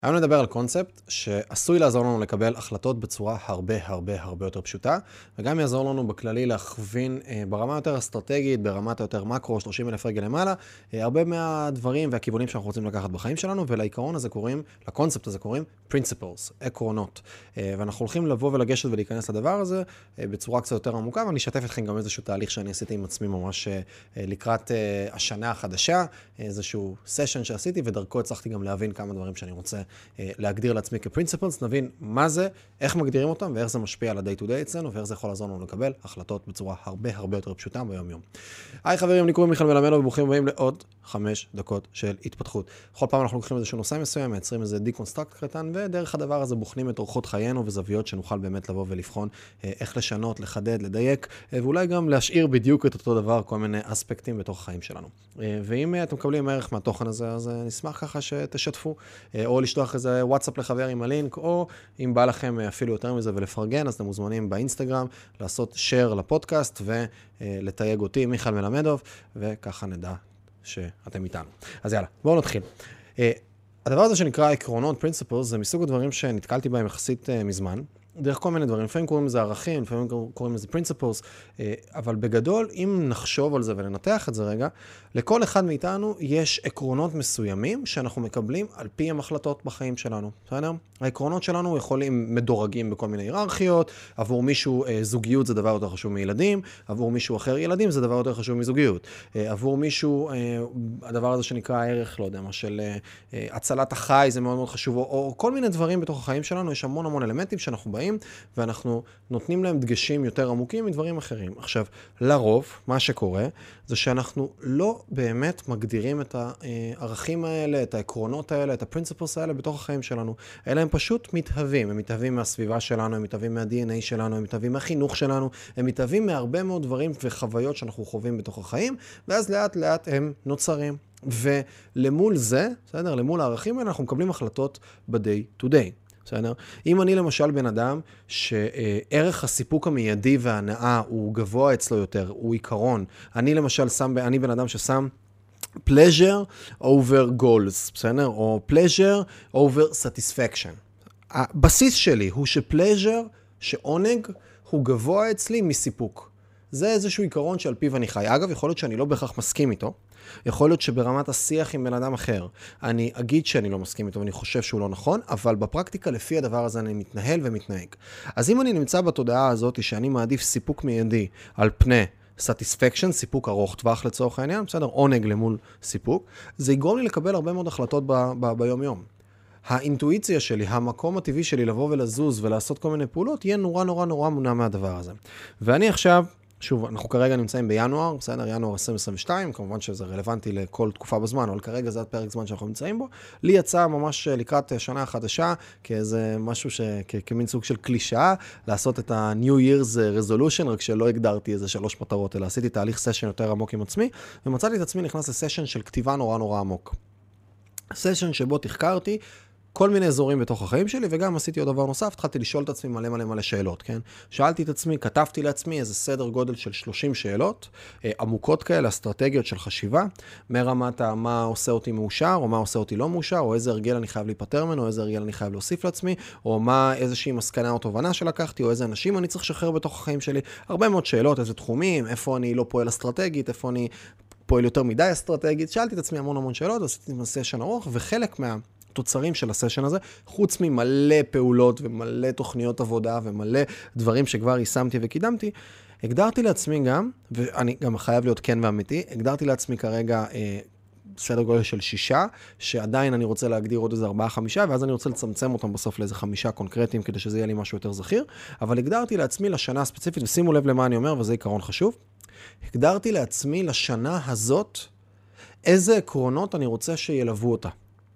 היום נדבר על קונספט שעשוי לעזור לנו לקבל החלטות בצורה הרבה יותר פשוטה, וגם יעזור לנו בכללי להכווין ברמה יותר אסטרטגית, ברמת יותר מקרו, 30,000 רגל למעלה, הרבה מהדברים והכיוונים שאנחנו רוצים לקחת בחיים שלנו, ולעיקרון הזה קוראים, לקונספט הזה קוראים principles, עקרונות. ואנחנו הולכים לבוא ולגשת ולהיכנס לדבר הזה בצורה קצת יותר עמוקה, ואני אשתף אתכם גם איזשהו תהליך שאני עשיתי עם עצמי ממש לקראת השנה החדשה, איזשהו סשן שעשיתי, ודרכו הצלחתי גם להבין כמה דברים שאני רוצה להגדיר לעצמי כפרינציפלס, נבין מה זה, איך מגדירים אותם, ואיך זה משפיע על ה-day to day אצלנו, ואיך זה יכול לעזור לנו לקבל החלטות בצורה הרבה יותר פשוטה ביום יום. היי חברים, אני קוראים מיכל מלמד, וברוכים הבאים לעוד 5 דקות של התפתחות. בכל פעם אנחנו לוקחים איזשהו נושא מסוים, מייצרים איזה דיקונסטרקט קטן, ודרך הדבר הזה בוחנים את אורחות חיינו וזוויות שנוכל באמת לבוא ולבחון איך לשנות, לחדד, לדייק, ואולי גם להשאיר בדיוק את אותו דבר, כל מיני אספקטים בתוך החיים שלנו. ואם אתם מקבלים ערך מהתוכן הזה, אז נשמח ככה שתשתפו, או לשלוח איזה וואטסאפ לחבר עם הלינק, או אם בא לכם אפילו יותר מזה ולפרגן, אז אתם מוזמנים באינסטגרם לעשות share לפודקאסט ולתייג אותי, מיכל מלמדוב, וככה נדע שאתם איתנו. אז יאללה, בואו נתחיל. הדבר הזה שנקרא עקרונות, principles, זה מסוג הדברים שנתקלתי בהם יחסית מזמן, דרך כל מיני דברים, לפעמים קוראים לזה ערכים, לפעמים קוראים לזה principles, אבל בגדול, אם נחשוב על זה ולנתח את זה רגע, לכל אחד מאיתנו יש עקרונות מסוימים שאנחנו מקבלים על פי המחלטות בחיים שלנו. בסדר? העקרונות שלנו יכולים מדורגים בכל מיני היררכיות, עבור מישהו זוגיות זה דבר יותר חשוב מילדים, עבור מישהו אחר ילדים זה דבר יותר חשוב מזוגיות, עבור מישהו הדבר הזה שנקרא הערך, לא יודע מה, של הצלת החי זה מאוד חשוב, או כל מיני דברים בתוך החיים שלנו, יש המון אלמנטים שאנחנו באים ואנחנו נותנים להם דגשים יותר עמוקים מדברים אחרים. עכשיו, לרוב, מה שקורה זה שאנחנו לא באמת מגדירים את הערכים האלה, את העקרונות האלה, את הפרינציפלס האלה בתוך החיים שלנו, אלא הם פשוט מתהווים. הם מתהווים מהסביבה שלנו, הם מתהווים מה-DNA שלנו, הם מתהווים מהחינוך שלנו, הם מתהווים מהרבה מאוד דברים וחוויות שאנחנו חווים בתוך החיים, ואז לאט לאט הם נוצרים. ולמול זה, בסדר, למול הערכים האלה, אנחנו מקבלים החלטות ב-day to day. בסדר? אם אני למשל בן אדם שערך הסיפוק המיידי וההנאה הוא גבוה אצלו יותר, הוא עיקרון. אני למשל אני בן אדם ששם pleasure over goals, בסדר? או pleasure over satisfaction. הבסיס שלי הוא שפלז'ר, שעונג, הוא גבוה אצלי מסיפוק. זה איזשהו עיקרון שעל פיו אני חי. אגב, יכול להיות שאני לא בהכרח מסכים איתו. יכול להיות שברמת השיח עם בן אדם אחר, אני אגיד שאני לא מסכים איתו ואני חושב שהוא לא נכון, אבל בפרקטיקה לפי הדבר הזה אני מתנהל ומתנהג. אז אם אני נמצא בתודעה הזאת שאני מעדיף סיפוק מיידי על פני satisfaction, סיפוק ארוך טווח לצורך העניין, בסדר, עונג למול סיפוק, זה יגרום לי לקבל הרבה מאוד החלטות ביום יום. האינטואיציה שלי, המקום הטבעי שלי לבוא ולזוז ולעשות כל מיני פעולות, יהיה נורא מונע מהדבר הזה. ואני עכשיו, שוב, אנחנו כרגע נמצאים בינואר, בסדר, ינואר 2022, כמובן שזה רלוונטי לכל תקופה בזמן, אבל כרגע זה הפרק זמן שאנחנו נמצאים בו. לי יצא ממש לקראת שנה חדשה, כאיזה משהו כמין סוג של קלישאה, לעשות את ה-New Year's Resolution, רק שלא הגדרתי איזה 3 מטרות, אלא עשיתי תהליך סשן יותר עמוק עם עצמי, ומצאתי את עצמי נכנס לסשן של כתיבה נורא עמוק. סשן שבו תחקרתי, כל מיני אזורים בתוך החיים שלי, וגם עשיתי עוד דבר נוסף, התחלתי לשאול את עצמי מלא שאלות, כן? שאלתי את עצמי, כתבתי לעצמי איזה סדר גודל של 30 שאלות, עמוקות כאלה, אסטרטגיות של חשיבה, מרמת מה עושה אותי מאושר, או מה עושה אותי לא מאושר, או איזה הרגל אני חייב להיפטר ממנו, או איזה הרגל אני חייב להוסיף לעצמי, או מה איזושהי מסקנה או תובנה שלקחתי, או איזה אנשים אני צריך לשחרר בתוך החיים שלי, הרבה מאוד שאלות, איזה תחומים, איפה אני לא פועל אסטרטגית, איפה אני פועל יותר מדי אסטרטגית, שאלתי את עצמי המון שאלות, עשיתי סשן ארוך, וחלק תוצרים של הסשן הזה, חוץ ממלא פעולות ומלא תוכניות עבודה ומלא דברים שכבר יישמתי וקידמתי, הגדרתי לעצמי גם, ואני גם חייב להיות כן ואמיתי, הגדרתי לעצמי כרגע סדר גודל של 6, שעדיין אני רוצה להגדיר עוד איזה 4-5, ואז אני רוצה לצמצם אותם בסוף לאיזה 5 קונקרטיים, כדי שזה יהיה לי משהו יותר זכיר, אבל הגדרתי לעצמי לשנה הספציפית, ושימו לב למה אני אומר, וזה עיקרון חשוב, הגדרתי לעצמי לשנה הזאת, איזה עקרונות אני רוצה שילוו אותה.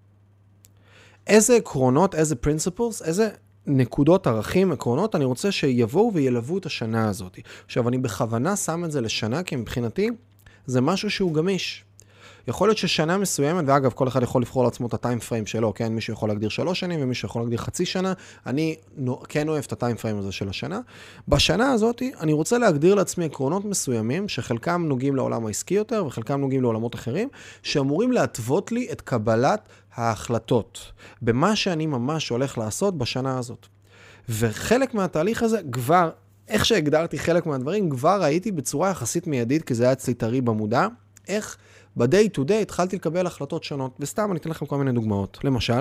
איזה עקרונות, איזה principles, איזה נקודות, ערכים, עקרונות, אני רוצה שיבואו וילוו את השנה הזאת. עכשיו, אני בכוונה שם את זה לשנה, כי מבחינתי זה משהו שהוא גמיש. יכול להיות ששנה מסוימת, ואגב, כל אחד יכול לבחור לעצמו את הטיים פריים שלו, כן? מישהו יכול להגדיר 3 שנים, ומישהו יכול להגדיר חצי שנה. אני כן אוהב את הטיים פריים הזה של השנה. בשנה הזאת, אני רוצה להגדיר לעצמי עקרונות מסוימים, שחלקם נוגעים לעולם העסקי יותר, וחלקם נוגעים לעולמות אחרים, שאמורים להתוות לי את קבלת ההחלטות, במה שאני ממש הולך לעשות בשנה הזאת. וחלק מהתהליך הזה כבר, איך שהגדרתי חלק מהדברים, כבר ראיתי בצורה יחסית מיידית, כי זה היה אצלי טרי במודע, איך ב-day to day התחלתי לקבל החלטות שונות, וסתם אני אתן לכם כל מיני דוגמאות. למשל,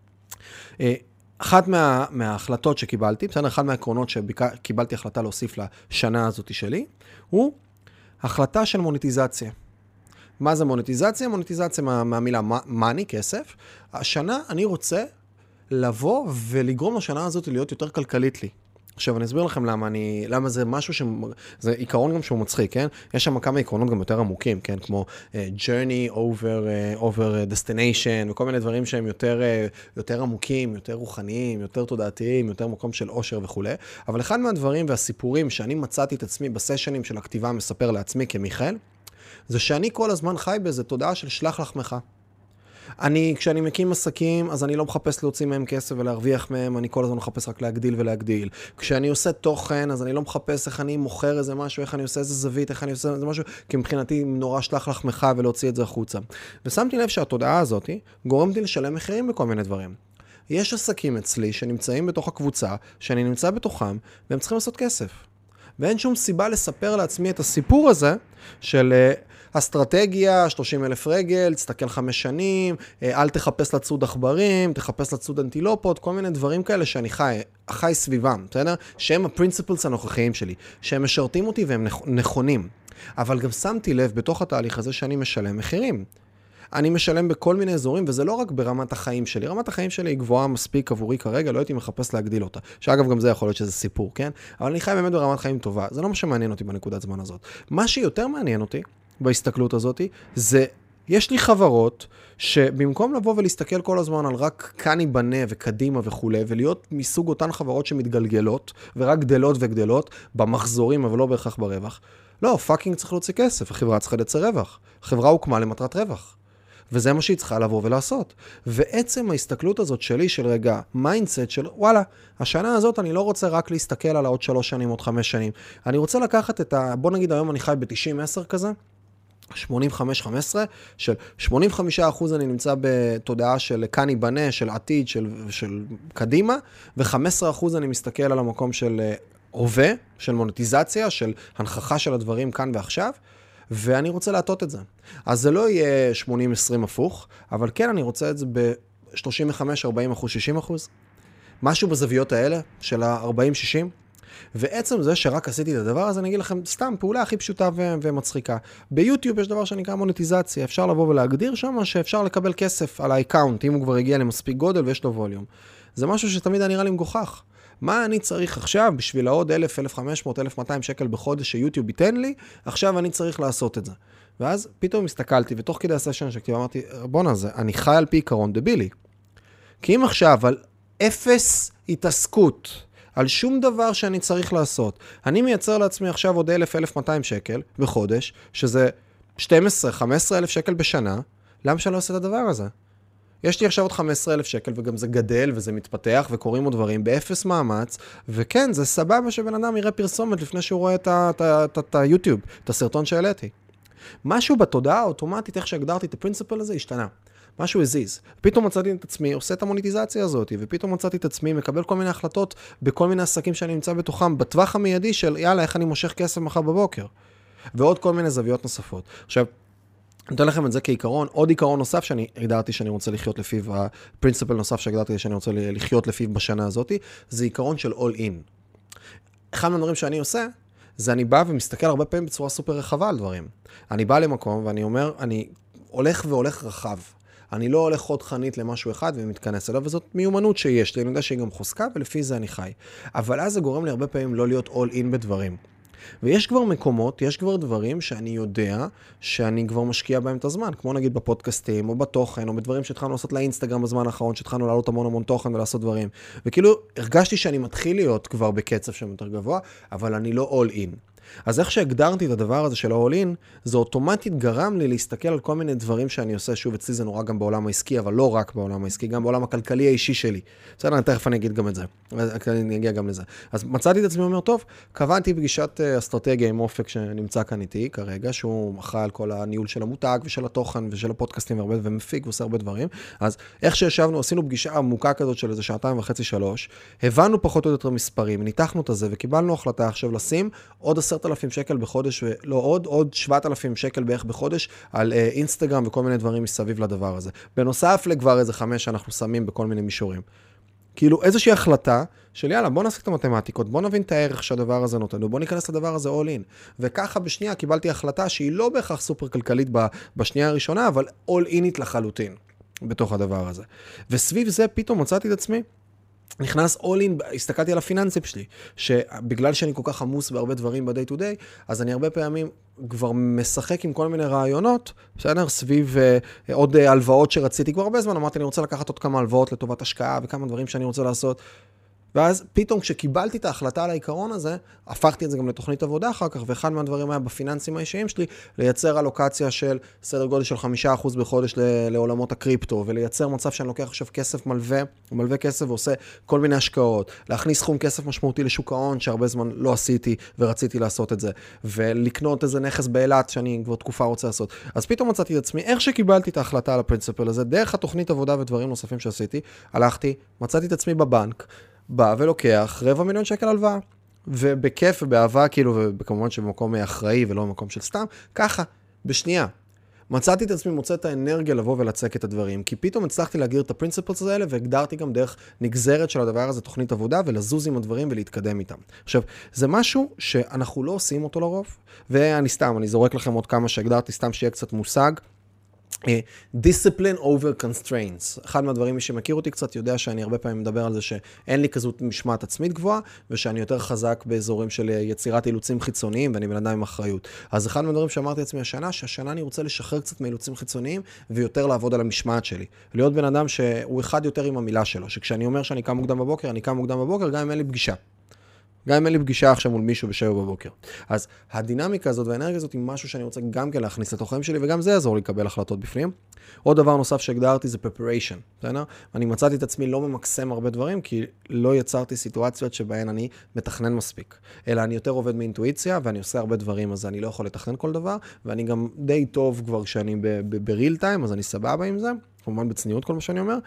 אחת מההחלטות שקיבלתי, בסדר, אחד מהעקרונות שקיבלתי החלטה להוסיף לשנה הזאת שלי, הוא החלטה של מוניטיזציה. מה זה מוניטיזציה? מוניטיזציה מהמילה money, כסף. השנה אני רוצה לבוא ולגרום לשנה הזאת להיות יותר כלכלית לי. עכשיו, אני אסביר לכם למה זה משהו זה עיקרון גם שהוא מצחיק, כן? יש שם כמה עקרונות גם יותר עמוקים, כן? כמו journey over destination, וכל מיני דברים שהם יותר עמוקים, יותר רוחניים, יותר תודעתיים, יותר מקום של עושר וכו'. אבל אחד מהדברים והסיפורים שאני מצאתי את עצמי בסשנים של הכתיבה מספר לעצמי כמיכאל, זה שאני כל הזמן חי באיזה תודעה של שלח לחמך. כשאני מקים עסקים, אז אני לא מחפש להוציא מהם כסף ולהרוויח מהם, אני כל הזמן מחפש רק להגדיל ולהגדיל. כשאני עושה תוכן, אז אני לא מחפש איך אני מוכר איזה משהו, איך אני עושה איזה זווית, איך אני עושה איזה משהו, כי מבחינתי נורא שלח לחמך ולהוציא את זה החוצה. ושמתי לב שהתודעה הזאת גורמת לי לשלם מחירים בכל מיני דברים. יש עסקים אצלי שנמצאים בתוך הקבוצה, שאני נמצא בתוכם, והם צריכים לעשות כסף. ואין שום סיבה לספר לעצמי את הסיפור הזה של אסטרטגיה, 30,000 רגל, תסתכל 5 שנים, אל תחפש לצוד עכברים, תחפש לצוד אנטילופות, כל מיני דברים כאלה שאני חי סביבם, בסדר? שהם הפרינציפלס הנוכחיים שלי, שהם משרתים אותי והם נכונים. אבל גם שמתי לב בתוך התהליך הזה שאני משלם מחירים. אני משלם בכל מיני אזורים, וזה לא רק ברמת החיים שלי. רמת החיים שלי היא גבוהה מספיק עבורי כרגע, לא הייתי מחפש להגדיל אותה. שאגב, גם זה יכול להיות שזה סיפור, כן? אבל אני חי באמת ברמת חיים טובה. זה לא מה שמעניין אותי בנקודת זמן הזאת. מה שיותר מעניין אותי בהסתכלות הזאת, זה, יש לי חברות שבמקום לבוא ולהסתכל כל הזמן על רק כאן ייבנה וקדימה וכו', ולהיות מסוג אותן חברות שמתגלגלות, ורק גדלות וגדלות, במחזורים, אבל לא בהכרח ברווח. לא, פאקינג צריך להוציא כסף, החברה צריכה לייצר רווח. החברה הוקמה למטרת רווח. וזה מה שהיא צריכה לבוא ולעשות. ועצם ההסתכלות הזאת שלי, של רגע, מיינדסט של, וואלה, השנה הזאת אני לא רוצה רק להסתכל על עוד 3 שנים, עוד 5 שנים. אני רוצה לקחת בוא נגיד היום אני חי ב-90-10 כזה, 85-15, של 85% אני נמצא בתודעה של כאן ייבנה, של עתיד, של קדימה, ו-15% אני מסתכל על המקום של הווה, של מונטיזציה, של הנכחה של הדברים כאן ועכשיו, ואני רוצה להטות את זה. אז זה לא יהיה 80-20 הפוך, אבל כן אני רוצה את זה ב-35-40%, 60%. משהו בזוויות האלה של ה-40-60. ועצם זה שרק עשיתי את הדבר הזה, אני אגיד לכם, סתם, פעולה הכי פשוטה ומצחיקה. ביוטיוב יש דבר שנקרא מוניטיזציה. אפשר לבוא ולהגדיר שם שאפשר לקבל כסף על האקאונט, אם הוא כבר הגיע למספיק גודל ויש לו ווליום. זה משהו שתמיד נראה לי מגוחך. מה אני צריך עכשיו בשביל עוד 1,000, 1,500, 1,200 שקל בחודש שיוטיוב ייתן לי? עכשיו אני צריך לעשות את זה. ואז פתאום הסתכלתי, ותוך כדי הסשן שכתיב אמרתי, בוא'נה, אני חי על פי עיקרון דבילי. כי אם עכשיו על 0 התעסקות, על שום דבר שאני צריך לעשות, אני מייצר לעצמי עכשיו עוד 1,000, 1,200 שקל בחודש, שזה 12, 15,000 שקל בשנה, למה שאני לא עושה את הדבר הזה? יש לי עכשיו עוד 15,000 שקל, וגם זה גדל וזה מתפתח וקוראים עוד דברים באפס מאמץ, וכן, זה סבבה שבן אדם יראה פרסומת לפני שהוא רואה את היוטיוב, את הסרטון שהעליתי. משהו בתודעה האוטומטית, איך שהגדרתי את הפרינציפל הזה, השתנה. משהו הזיז. פתאום מצאתי את עצמי, עושה את המוניטיזציה הזאת, ופתאום מצאתי את עצמי, מקבל כל מיני החלטות בכל מיני עסקים שאני נמצא בתוכם, בטווח המיידי של, יאללה, איך אני מושך כסף מחר בבוקר. ועוד כל מיני זוויות נוספות. עכשיו, אני אתן לכם את זה כעיקרון, עוד עיקרון נוסף שאני הגדרתי שאני רוצה לחיות לפיו, הפרינציפל נוסף שהגדרתי שאני רוצה לחיות לפיו בשנה הזאת, זה עיקרון של all in. אחד מהדברים שאני עושה, זה אני בא ומסתכל הרבה פעמים בצורה סופר רחבה על דברים. אני בא למקום ואני אומר, אני הולך והולך רחב. אני לא הולך עוד חנית למשהו אחד ומתכנס אליו, וזאת מיומנות שיש לי, אני יודע שהיא גם חוזקה, ולפי זה אני חי. אבל אז זה גורם לי הרבה פעמים לא להיות all in בדברים. ויש כבר מקומות, יש כבר דברים שאני יודע שאני כבר משקיע בהם את הזמן, כמו נגיד בפודקאסטים, או בתוכן, או בדברים שהתחלנו לעשות לאינסטגרם בזמן האחרון, שהתחלנו לעלות המון תוכן ולעשות דברים. וכאילו הרגשתי שאני מתחיל להיות כבר בקצב שם יותר גבוה, אבל אני לא all in. אז איך שהגדרתי את הדבר הזה של ה-all-in, זה אוטומטית גרם לי להסתכל על כל מיני דברים שאני עושה, שוב אצלי זה נורא גם בעולם העסקי, אבל לא רק בעולם העסקי, גם בעולם הכלכלי האישי שלי. בסדר, תכף אני אגיד גם את זה, אני אגיע גם לזה. אז מצאתי את עצמי אומר, טוב, קבעתי פגישת אסטרטגיה עם אופק שנמצא כאן איתי כרגע, שהוא אחראי על כל הניהול של המותג ושל התוכן ושל הפודקאסטים ומפיק ועושה הרבה דברים. אז איך שישבנו, עשינו פגישה עמוקה כזאת של איזה 2.5-3, הבנו פחות או יותר מספרים, ניתחנו את זה וקיבלנו החלטה עכשיו לשים עוד 10,000 שקל בחודש, ולא עוד 7,000 שקל בערך בחודש על אינסטגרם וכל מיני דברים מסביב לדבר הזה. בנוסף לכבר איזה 5 שאנחנו שמים בכל מיני מישורים. כאילו איזושהי החלטה של יאללה, בוא נעשה את המתמטיקות, בוא נבין את הערך שהדבר הזה נותן, ובוא ניכנס לדבר הזה all in. וככה בשנייה קיבלתי החלטה שהיא לא בהכרח סופר כלכלית בשנייה הראשונה, אבל all inית לחלוטין בתוך הדבר הזה. וסביב זה פתאום מצאתי את עצמי, נכנס all in, הסתכלתי על הפיננסים שלי, שבגלל שאני כל כך עמוס בהרבה דברים ב-day to day, אז אני הרבה פעמים כבר משחק עם כל מיני רעיונות, בסדר, סביב עוד הלוואות שרציתי כבר הרבה זמן, אמרתי, אני רוצה לקחת עוד כמה הלוואות לטובת השקעה, וכמה דברים שאני רוצה לעשות, ואז פתאום כשקיבלתי את ההחלטה על העיקרון הזה, הפכתי את זה גם לתוכנית עבודה אחר כך, ואחד מהדברים היה בפיננסים האישיים שלי, לייצר אלוקציה של סדר גודל של 5% בחודש לעולמות הקריפטו, ולייצר מצב שאני לוקח עכשיו כסף מלווה כסף ועושה כל מיני השקעות, להכניס סכום כסף משמעותי לשוק ההון, שהרבה זמן לא עשיתי ורציתי לעשות את זה, ולקנות איזה נכס באילת שאני כבר תקופה רוצה לעשות. אז פתאום מצאתי את עצמי, איך שקיבלתי את ההחלטה על הפרינציפל הזה, דרך התוכנית עבודה ודברים נוספים שעשיתי, הלכתי, מצאתי את עצמי בבנק, בא ולוקח 250,000 שקל הלוואה, ובכיף ובאהבה, כאילו, וכמובן שבמקום אחראי ולא במקום של סתם, ככה, בשנייה. מצאתי את עצמי, מוצא את האנרגיה לבוא ולצק את הדברים, כי פתאום הצלחתי להגדיר את הפרינציפלס האלה, והגדרתי גם דרך נגזרת של הדבר הזה, תוכנית עבודה, ולזוז עם הדברים ולהתקדם איתם. עכשיו, זה משהו שאנחנו לא עושים אותו לרוב, אני זורק לכם עוד כמה שהגדרתי, סתם שיהיה קצת מושג, discipline over constraints. אחד מהדברים, מי שמכיר אותי קצת יודע שאני הרבה פעמים מדבר על זה שאין לי כזאת משמעת עצמית גבוהה, ושאני יותר חזק באזורים של יצירת אילוצים חיצוניים, ואני בן אדם עם אחריות. אז אחד מהדברים שאמרתי לעצמי השנה, שהשנה אני רוצה לשחרר קצת מאילוצים חיצוניים, ויותר לעבוד על המשמעת שלי. להיות בן אדם שהוא אחד יותר עם המילה שלו, שכשאני אומר שאני קם מוקדם בבוקר, אני קם מוקדם בבוקר, גם אם אין לי פגישה. גם אם אין לי פגישה עכשיו מול מישהו ב7 בבוקר. אז הדינמיקה הזאת והאנרגיה הזאת היא משהו שאני רוצה גם כן להכניס לתוך החיים שלי, וגם זה יעזור לי לקבל החלטות בפנים. עוד דבר נוסף שהגדרתי זה preparation. בסדר? אני מצאתי את עצמי לא ממקסם הרבה דברים, כי לא יצרתי סיטואציות שבהן אני מתכנן מספיק. אלא אני יותר עובד מאינטואיציה, ואני עושה הרבה דברים, אז אני לא יכול לתכנן כל דבר, ואני גם די טוב כבר כשאני בריל טיים, אז אני סבבה עם זה, כמובן בצניעות כל מה שאני אומר,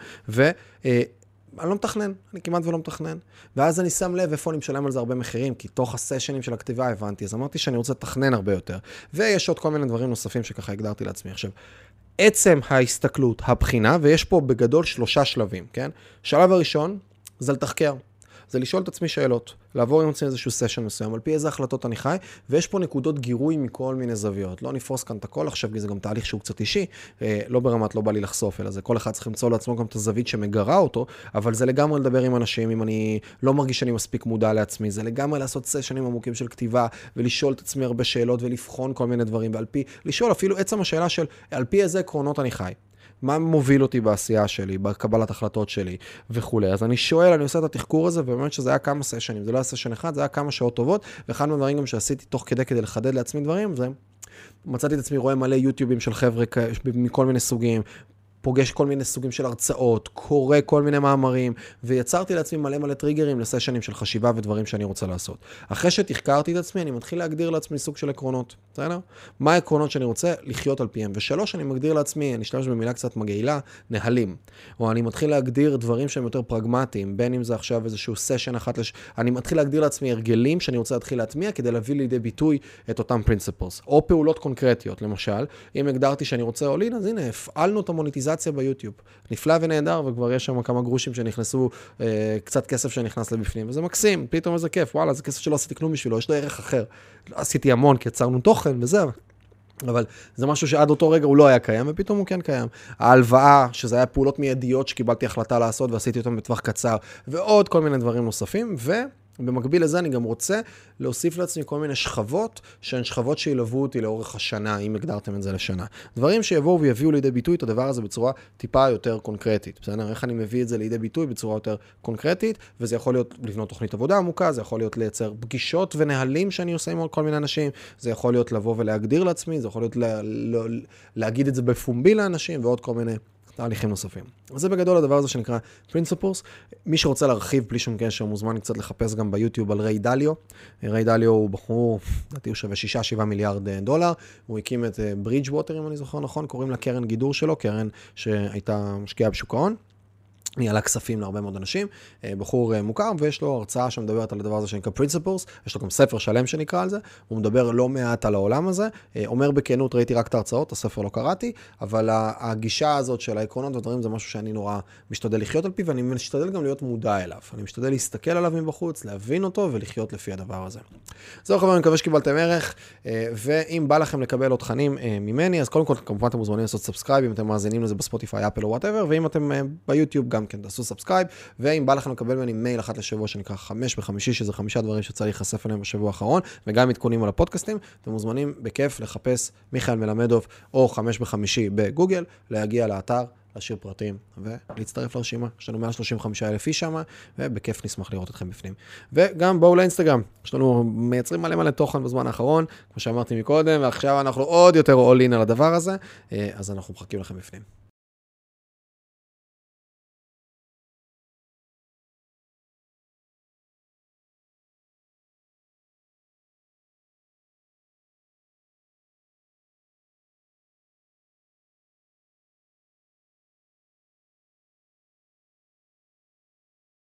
אני לא מתכנן, אני כמעט ולא מתכנן. ואז אני שם לב איפה אני משלם על זה הרבה מחירים, כי תוך הסשנים של הכתיבה הבנתי, אז אמרתי שאני רוצה לתכנן הרבה יותר. ויש עוד כל מיני דברים נוספים שככה הגדרתי לעצמי. עכשיו, עצם ההסתכלות, הבחינה, ויש פה בגדול 3 שלבים, כן? שלב הראשון זה לתחקר. זה לשאול את עצמי שאלות, לעבור עם עצמי איזשהו סשן מסוים, על פי איזה החלטות אני חי, ויש פה נקודות גירוי מכל מיני זוויות. לא נפרוס כאן את הכל עכשיו, כי זה גם תהליך שהוא קצת אישי, לא ברמת, לא בא לי לחשוף, אלא זה כל אחד צריך למצוא לעצמו גם את הזווית שמגרה אותו, אבל זה לגמרי לדבר עם אנשים, אם אני לא מרגיש שאני מספיק מודע לעצמי, זה לגמרי לעשות סשנים עמוקים של כתיבה, ולשאול את עצמי הרבה שאלות, ולבחון כל מיני דברים, לשאול אפילו עצם השאלה של, על פי איזה עקרונות אני חי. מה מוביל אותי בעשייה שלי, בקבלת החלטות שלי וכו'. אז אני שואל, אני עושה את התחקור הזה, ובאמת שזה היה כמה סשנים, זה לא היה סשן אחד, זה היה כמה שעות טובות, ואחד מהדברים גם שעשיתי תוך כדי לחדד לעצמי דברים, זה מצאתי את עצמי רואה מלא יוטיובים של חבר'ה מכל מיני סוגים, פוגש כל מיני סוגים של הרצאות, קורא כל מיני מאמרים, ויצרתי לעצמי מלא טריגרים לסשנים של חשיבה ודברים שאני רוצה לעשות. אחרי שתחקרתי את עצמי, אני מתחיל להגדיר לעצמי סוג של עקרונות. בסדר? מה העקרונות שאני רוצה לחיות על פיהם? ו3, אני מגדיר לעצמי, אני אשתמש במילה קצת מגעילה, נהלים. או אני מתחיל להגדיר דברים שהם יותר פרגמטיים, בין אם זה עכשיו איזשהו סשן אני מתחיל להגדיר לעצמי הרגלים שאני רוצה להתחיל להטמיע, כדי להביא לידי ביטוי את אותם principles. או פעולות קונקרטיות, למשל, אם הגדרתי שאני רוצה עולין, אז הנה, הפעלנו את המוניטיזציה ביוטיוב. נפלא ונהדר, וכבר יש שם כמה גרושים שנכנסו, קצת כסף שנכנס לבפנים, וזה מקסים, פתאום איזה כיף, וואלה, זה כסף שלא עשיתי כלום בשבילו, יש לו ערך אחר. לא עשיתי המון, כי יצרנו תוכן וזהו. אבל זה משהו שעד אותו רגע הוא לא היה קיים, ופתאום הוא כן קיים. ההלוואה, שזה היה פעולות מיידיות שקיבלתי החלטה לעשות, ועשיתי אותם בטווח קצר, ועוד כל מיני דברים נוספים, במקביל לזה אני גם רוצה להוסיף לעצמי כל מיני שכבות, שהן שכבות שילוו אותי לאורך השנה, אם הגדרתם את זה לשנה. דברים שיבואו ויביאו לידי ביטוי את הדבר הזה בצורה טיפה יותר קונקרטית. בסדר? איך אני מביא את זה לידי ביטוי בצורה יותר קונקרטית, וזה יכול להיות לבנות תוכנית עבודה עמוקה, זה יכול להיות לייצר פגישות ונהלים שאני עושה עם כל מיני אנשים, זה יכול להיות לבוא ולהגדיר לעצמי, זה יכול להיות להגיד את זה בפומבי לאנשים, ועוד כל מיני תהליכים נוספים. אז זה בגדול הדבר הזה שנקרא Principles. מי שרוצה להרחיב בלי שום קשר, מוזמן קצת לחפש גם ביוטיוב על ריי דליו. ריי דליו הוא בחור, לדעתי הוא שווה 6-7 מיליארד דולר. הוא הקים את ברידג'ווטר, אם אני זוכר נכון, קוראים לה קרן גידור שלו, קרן שהייתה משקיעה בשוק ההון. ניהלה כספים להרבה מאוד אנשים, בחור מוכר, ויש לו הרצאה שמדברת על הדבר הזה שנקרא Principles, יש לו גם ספר שלם שנקרא על זה, הוא מדבר לא מעט על העולם הזה, אומר בכנות, ראיתי רק את ההרצאות, הספר לא קראתי, אבל הגישה הזאת של העקרונות ודברים זה משהו שאני נורא משתדל לחיות על פי, ואני משתדל גם להיות מודע אליו, אני משתדל להסתכל עליו מבחוץ, להבין אותו ולחיות לפי הדבר הזה. זהו חברים, אני מקווה שקיבלתם ערך, ואם בא לכם לקבל עוד תכנים ממני, אז קודם כל, כמובן אתם מוזמנים לעשות סאבסקרייב, אם אתם מאזינים לזה בספוטיפיי, אפל או whatever, ואם אתם ביוטיוב גם כן, תעשו סאבסקרייב, ואם בא לכם לקבל ממני מייל אחת לשבוע שנקרא 5 ב-5, שזה 5 דברים שצריך להיחשף אליהם בשבוע האחרון, וגם עדכונים על הפודקאסטים, אתם מוזמנים בכיף לחפש מיכאל מלמדוב או 5 ב-5 בגוגל, להגיע לאתר, להשאיר פרטים ולהצטרף לרשימה. יש לנו 135,000 איש שם, ובכיף נשמח לראות אתכם בפנים. וגם בואו לאינסטגרם, יש לנו מייצרים מלא תוכן בזמן האחרון, כמו שאמרתי מקודם, ועכשיו אנחנו עוד יותר all in על הדבר הזה, אז אנחנו מחכים לכם בפנים.